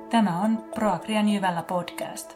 Tämä on Proagrian Jyvällä podcast.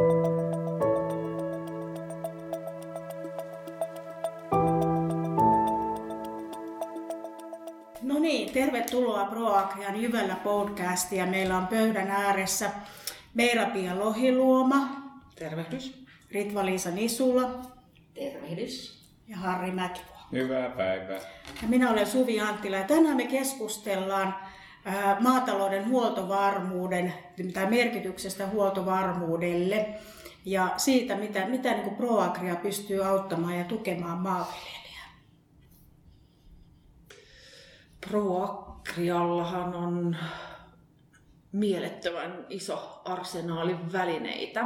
No niin, tervetuloa Proagrian Jyvällä podcastia. Meillä on pöydän ääressä Meira-Pia Lohiluoma. Tervehdys. Ritva-Liisa Nisula. Tervehdys. Ja Harri Mäkivuo. Hyvää päivää. Ja minä olen Suvi Anttila ja tänään me keskustellaan maatalouden huoltovarmuuden tai merkityksestä huoltovarmuudelle ja siitä, mitä niin kuin Proagria pystyy auttamaan ja tukemaan maanviljelijää. Proagriallahan on mielettömän iso arsenaali välineitä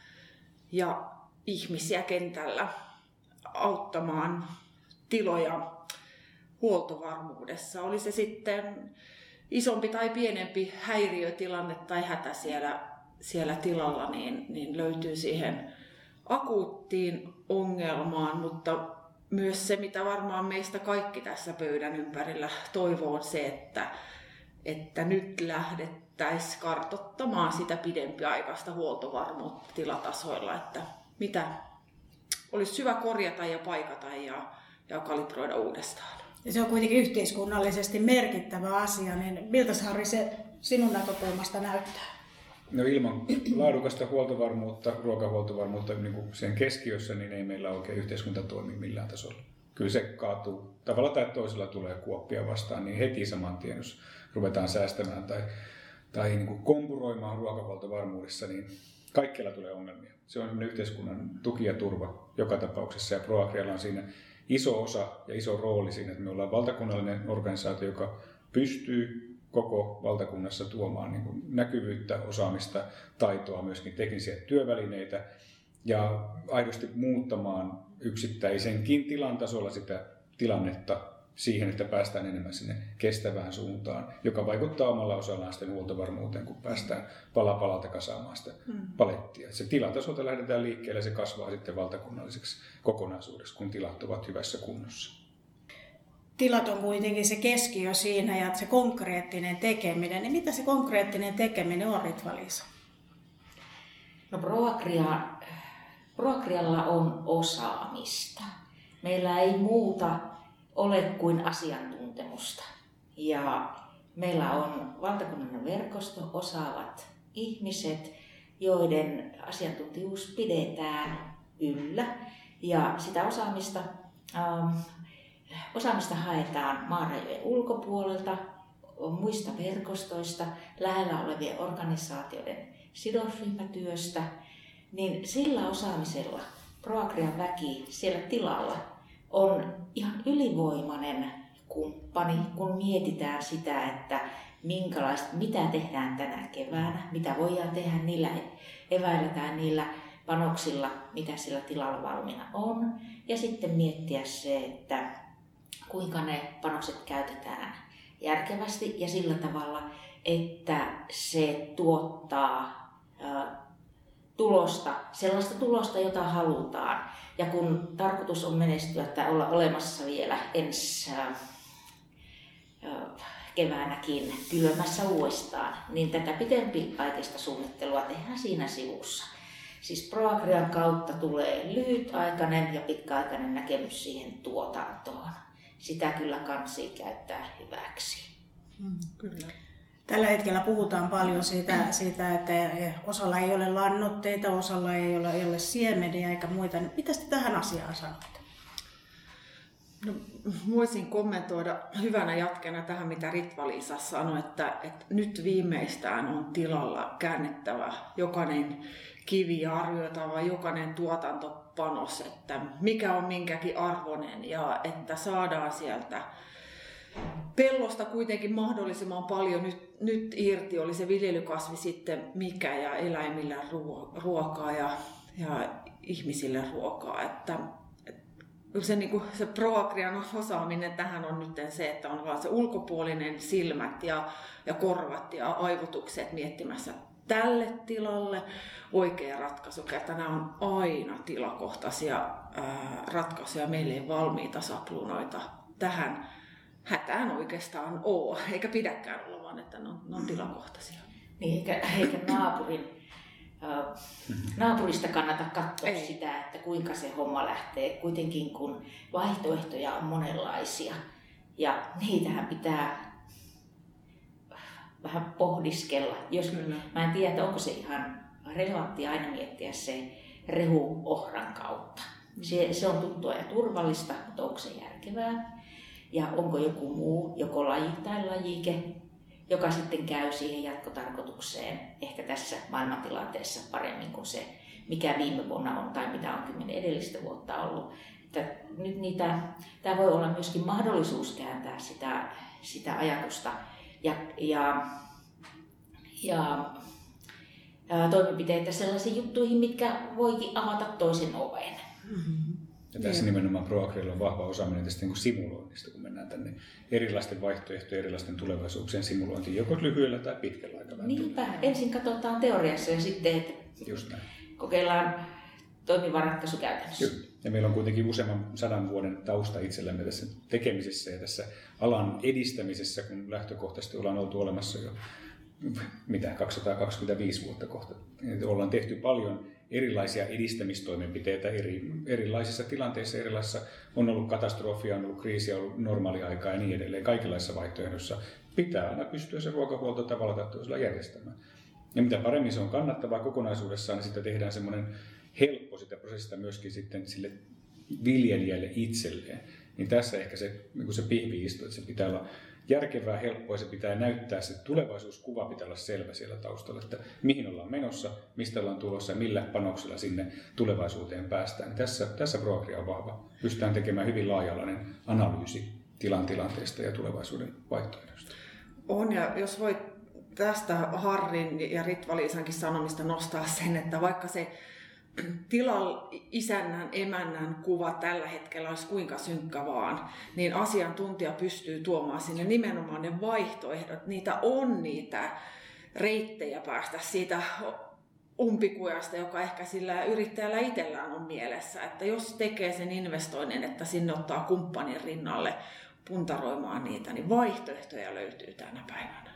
ja ihmisiä kentällä auttamaan tiloja huoltovarmuudessa. Oli se sitten isompi tai pienempi häiriötilanne tai hätä siellä tilalla, niin löytyy siihen akuuttiin ongelmaan, mutta myös se, mitä varmaan meistä kaikki tässä pöydän ympärillä toivoo, on se, että nyt lähdettäisiin kartoittamaan sitä pidempiaikaista huoltovarmuutta tilatasoilla, että mitä olisi hyvä korjata ja paikata ja kalibroida uudestaan. Ja se on kuitenkin yhteiskunnallisesti merkittävä asia, niin miltä Harri se sinun näkökulmasta näyttää? No ilman laadukasta huoltovarmuutta, ruokahuoltovarmuutta niin kuin sen keskiössä, niin ei meillä oikein yhteiskunta toimi millään tasolla. Kyllä se kaatuu, tavalla tai toisella tulee kuoppia vastaan, niin heti saman tien, jos ruvetaan säästämään tai niin kuin kompuroimaan ruokahuoltovarmuudessa, niin kaikkialla tulee ongelmia. Se on yhteiskunnan tuki ja turva joka tapauksessa ja Proagrialla on siinä iso osa ja iso rooli siinä, että me ollaan valtakunnallinen organisaatio, joka pystyy koko valtakunnassa tuomaan niin kuin näkyvyyttä, osaamista, taitoa, myöskin teknisiä työvälineitä ja aidosti muuttamaan yksittäisenkin tilan tasolla sitä tilannetta siihen, että päästään enemmän sinne kestävään suuntaan, joka vaikuttaa omalla osallaan sitten huoltovarmuuteen, kun päästään pala palalta kasaamaan sitä palettia. Se tilatasolta lähdetään liikkeelle ja se kasvaa sitten valtakunnalliseksi kokonaisuudeksi, kun tilat ovat hyvässä kunnossa. Tilat on kuitenkin se keskiö siinä ja se konkreettinen tekeminen. Niin mitä se konkreettinen tekeminen on, Ritva-Liisa? No Proagrialla on osaamista. Meillä ei muuta ole kuin asiantuntemusta. Ja meillä on valtakunnallinen verkosto, osaavat ihmiset, joiden asiantuntijuus pidetään yllä. Ja sitä osaamista haetaan maarajojen ulkopuolelta, muista verkostoista, lähellä olevien organisaatioiden sidosryhmätyöstä. Niin sillä osaamisella Proagrian väki siellä tilalla on ihan ylivoimainen kumppani, kun mietitään sitä, että mitä tehdään tänä keväänä, mitä voidaan tehdä niillä eväillä tai niillä panoksilla, mitä sillä tilalla valmiina on. Ja sitten miettiä se, että kuinka ne panokset käytetään järkevästi ja sillä tavalla, että se tuottaa sellaista tulosta, jota halutaan. Ja kun tarkoitus on menestyä tai olla olemassa vielä ensi keväänäkin kylmässä uudestaan, niin tätä pitempiaikaista suunnittelua tehdään siinä sivussa. Siis Proagrian kautta tulee lyhytaikainen ja pitkäaikainen näkemys siihen tuotantoon. Sitä kyllä kansii käyttää hyväksi. Kyllä. Tällä hetkellä puhutaan paljon siitä, että osalla ei ole lannoitteita, osalla ei ole siemeniä eikä muita. Mitä te tähän asiaan sanotte? No, voisin kommentoida hyvänä jatkena tähän, mitä Ritva-Liisa sanoi, että nyt viimeistään on tilalla käännettävä jokainen kivi ja arvioitava jokainen tuotantopanos, että mikä on minkäkin arvoinen ja että saadaan sieltä pellosta kuitenkin mahdollisimman paljon nyt irti, oli se viljelykasvi sitten mikä ja eläimillä ruokaa ja ihmisille ruokaa. Että se Proagrian osaaminen tähän on nyt se, että on vaan se ulkopuolinen silmät ja korvat ja aivotukset miettimässä tälle tilalle oikea ratkaisu. Että nämä on aina tilakohtaisia ratkaisuja, meille ei valmiita sapluunoita tähän hätään oikeastaan ole, eikä pidäkään olla, vaan että ne on tilakohtaisia. Niin, eikä naapurista kannata katsoa sitä, että kuinka se homma lähtee. Kuitenkin kun vaihtoehtoja on monenlaisia ja niitähän pitää vähän pohdiskella. Mä en tiedä, onko se ihan relevantti aina miettiä se rehu-ohran kautta. Se on tuttua ja turvallista, mutta onko se järkevää? Ja onko joku muu, joko laji tai lajike, joka sitten käy siihen jatkotarkoitukseen ehkä tässä maailmantilanteessa paremmin kuin se, mikä viime vuonna on tai mitä on 10 edellistä vuotta ollut. Että nyt tämä voi olla myöskin mahdollisuus kääntää sitä ajatusta ja toimenpiteitä sellaisiin juttuihin, mitkä voikin avata toisen oven. Ja tässä nimenomaan ProAgrialla on vahva osaaminen tästä niin simuloinnista, kun mennään tänne erilaisten vaihtoehtojen, erilaisten tulevaisuuksien simulointiin, joko lyhyellä tai pitkällä aikavälillä. Niinpä, ensin katsotaan teoriassa ja sitten kokeillaan toimiva ratkaisu käytännössä. Kyllä. Ja meillä on kuitenkin useamman 100 vuoden tausta itsellämme tässä tekemisessä ja tässä alan edistämisessä, kun lähtökohtaisesti ollaan oltu olemassa jo 225 vuotta kohta. Ollaan tehty paljon erilaisia edistämistoimenpiteitä erilaisissa tilanteissa, erilaisissa on ollut katastrofia, on ollut kriisiä, on ollut normaaliaikaa ja niin edelleen. Kaikenlaisissa vaihtoehdoissa pitää aina pystyä se ruokahuolto tavalla tai toisella järjestämään. Ja mitä paremmin se on kannattavaa kokonaisuudessaan, niin sitä tehdään semmoinen helppo sitä prosessista myöskin sitten sille viljelijälle itselleen. Niin tässä ehkä se pihvi istuu, että se pitää olla järkevää, helppoa ja se pitää näyttää, se tulevaisuuskuva pitää olla selvä siellä taustalla, että mihin ollaan menossa, mistä ollaan tulossa ja millä panoksella sinne tulevaisuuteen päästään. Tässä ProAgria on vahva. Pystytään tekemään hyvin laaja-alainen analyysi tilanteesta ja tulevaisuuden vaihtoehdosta. On, ja jos voit tästä Harrin ja Ritva-Liisankin sanomista nostaa sen, että vaikka se tilan isännän, emännän kuva tällä hetkellä olisi kuinka synkkä vaan, niin asiantuntija pystyy tuomaan sinne nimenomaan ne vaihtoehdot. Niitä on niitä reittejä päästä siitä umpikujasta, joka ehkä sillä yrittäjällä itsellään on mielessä. Että jos tekee sen investoinnin, että sinne ottaa kumppanin rinnalle puntaroimaan niitä, niin vaihtoehtoja löytyy tänä päivänä.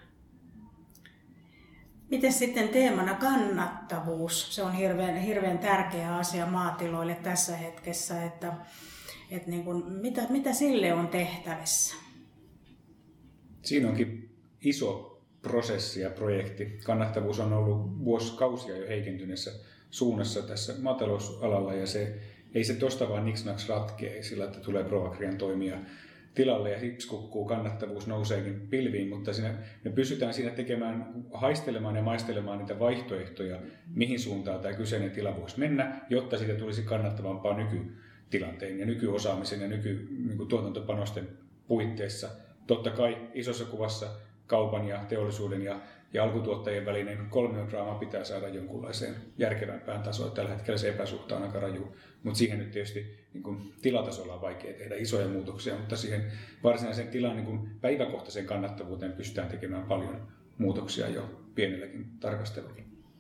Miten sitten teemana kannattavuus? Se on hirveän tärkeä asia maatiloille tässä hetkessä, että niin kuin, mitä sille on tehtävissä? Siinä onkin iso prosessi ja projekti. Kannattavuus on ollut vuosikausia jo heikentyneessä suunnassa tässä maatalousalalla ja ei se tosta vaan niksnaks ratkee sillä, että tulee ProAgrian toimia tilalle ja hipskukkuu, kannattavuus nouseekin pilviin, mutta me pystytään siinä haistelemaan ja maistelemaan niitä vaihtoehtoja, mihin suuntaan tämä kyseinen tila voisi mennä, jotta siitä tulisi kannattavampaa nykytilanteen ja nykyosaamisen ja tuotantopanosten puitteissa. Totta kai isossa kuvassa kaupan ja teollisuuden ja alkutuottajien välinen kolmiodraama pitää saada jonkunlaiseen järkevämpään tasoon. Tällä hetkellä se epäsuhta on aika raju, mutta siihen nyt tietysti tilatasolla on vaikea tehdä isoja muutoksia, mutta siihen varsinaisen tilan päiväkohtaisen kannattavuuteen pystytään tekemään paljon muutoksia jo pienelläkin tarkastelulla.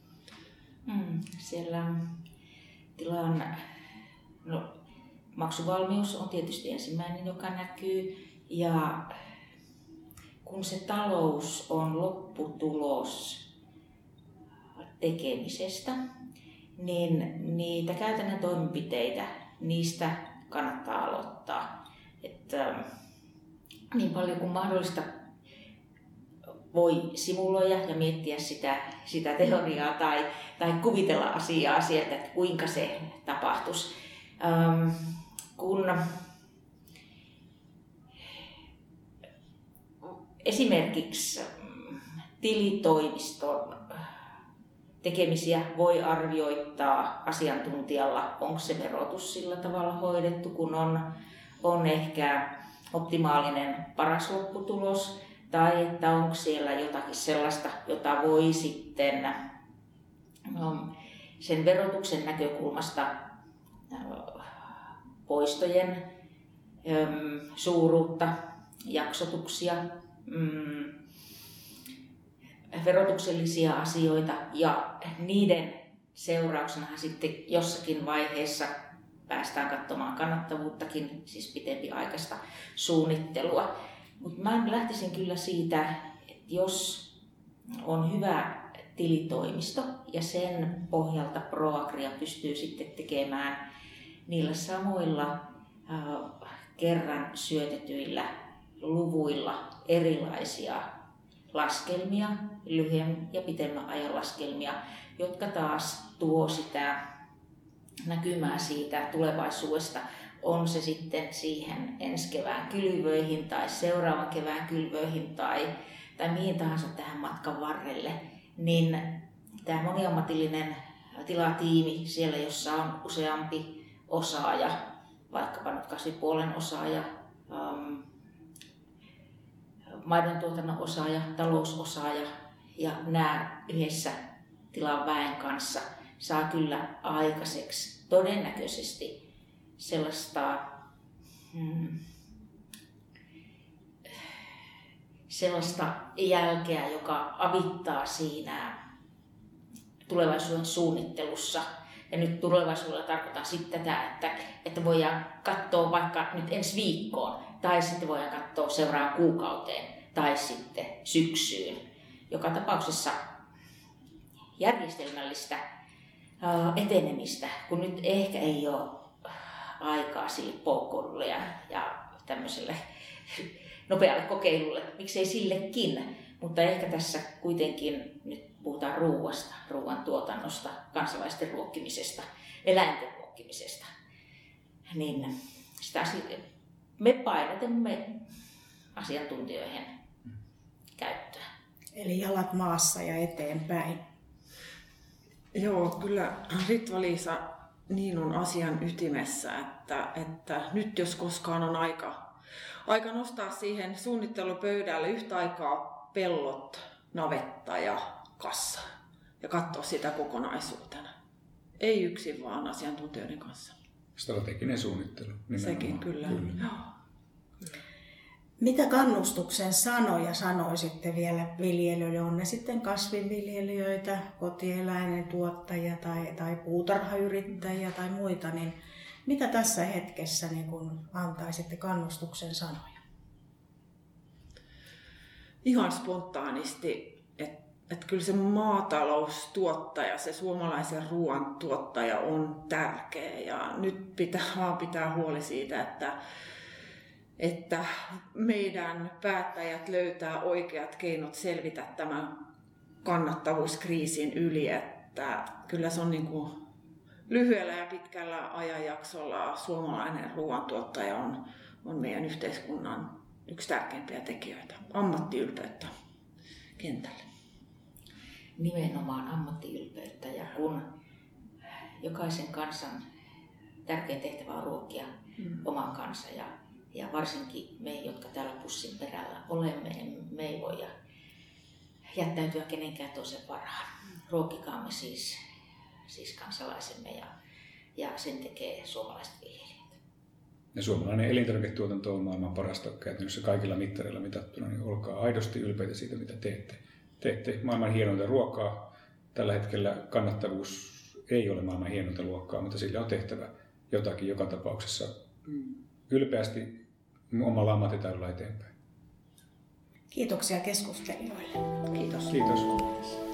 Siellä tilan maksuvalmius on tietysti ensimmäinen, joka näkyy, ja kun se talous on lopputulos tekemisestä, niin niitä käytännön toimenpiteitä, niistä kannattaa aloittaa. Että niin paljon kuin mahdollista voi simuloida ja miettiä sitä teoriaa tai kuvitella asiaa sieltä, että kuinka se tapahtuisi. Kun esimerkiksi tilitoimiston tekemisiä voi arvioittaa asiantuntijalla, onko se verotus sillä tavalla hoidettu, kun on ehkä optimaalinen paras lopputulos, tai että onko siellä jotakin sellaista, jota voi sitten sen verotuksen näkökulmasta poistojen suuruutta, jaksotuksia, verotuksellisia asioita ja niiden seurauksena sitten jossakin vaiheessa päästään katsomaan kannattavuuttakin, siis pitempiaikaista suunnittelua. Mutta mä lähtisin kyllä siitä, että jos on hyvä tilitoimisto ja sen pohjalta ProAgria pystyy sitten tekemään niillä samoilla kerran syötetyillä luvuilla erilaisia laskelmia, lyhyen ja pitemmän ajan laskelmia, jotka taas tuo sitä näkymää siitä tulevaisuudesta, on se sitten siihen ensi kevään kylvöihin tai seuraavan kevään kylvöihin tai mihin tahansa tähän matkan varrelle, niin tämä moniammatillinen tilatiimi siellä, jossa on useampi osaaja, vaikkapa nyt kasvipuolen osaaja, maidontuotannon osaaja, talousosaaja ja nämä yhdessä tilan väen kanssa saa kyllä aikaiseksi todennäköisesti sellaista jälkeä, joka avittaa siinä tulevaisuuden suunnittelussa. Ja nyt tulevaisuudella tarkoitan sitten tätä, että voidaan katsoa vaikka nyt ensi viikkoon, tai sitten voidaan katsoa seuraavaan kuukauteen, tai sitten syksyyn. Joka tapauksessa järjestelmällistä etenemistä, kun nyt ehkä ei ole aikaa sille poukkoilulle ja tämmöiselle nopealle kokeilulle, miksei sillekin, mutta ehkä tässä kuitenkin nyt puhutaan ruuasta, ruuan tuotannosta, kansalaisten ruokkimisesta, eläinten ruokkimisesta, niin sitä me painotamme asiantuntijoihin käyttöä. Eli jalat maassa ja eteenpäin. Joo, kyllä Ritva-Liisa niin on asian ytimessä, että nyt jos koskaan on aika nostaa siihen suunnittelupöydälle yhtä aikaa pellot, navetta ja kassa ja katsoa sitä kokonaisuutena. Ei yksin, vaan asiantuntijoiden kanssa. Strateginen suunnittelu. Nimenomaan. Sekin kyllä. Mitä kannustuksen sanoja sanoisitte vielä viljelijöille? On ne sitten kasvinviljelijöitä, kotieläinen tuottajia tai puutarhayrittäjiä tai muita, niin mitä tässä hetkessä niin kun antaisitte kannustuksen sanoja? Ihan spontaanisti, että kyllä se maataloustuottaja, se suomalaisen ruoan tuottaja on tärkeä ja nyt pitää huoli siitä, että meidän päättäjät löytää oikeat keinot selvitä tämän kannattavuuskriisin yli, että kyllä se on niin kuin lyhyellä ja pitkällä ajanjaksolla suomalainen ruoantuottaja on meidän yhteiskunnan yksi tärkeimpiä tekijöitä, ammattiylpeyttä kentälle. Nimenomaan ammattiylpeyttä, ja kun jokaisen kansan tärkein tehtävä on ruokkia oman kanssa ja varsinkin me, jotka täällä pussin perällä olemme, me ei voi jättäytyä kenenkään toisen varaan. Ruokkikaamme siis kansalaisemme ja sen tekee suomalaiset viljelijät. Ja suomalainen elintarviketuotanto on maailman parasta käytännössä kaikilla mittareilla mitattuna, niin olkaa aidosti ylpeitä siitä, mitä teette. Teette maailman hienointa ruokaa. Tällä hetkellä kannattavuus ei ole maailman hienointa luokkaa, mutta sillä on tehtävä jotakin joka tapauksessa ylpeästi omalla ammattitaidolla eteenpäin. Kiitoksia keskustelijoille. Kiitos. Kiitos.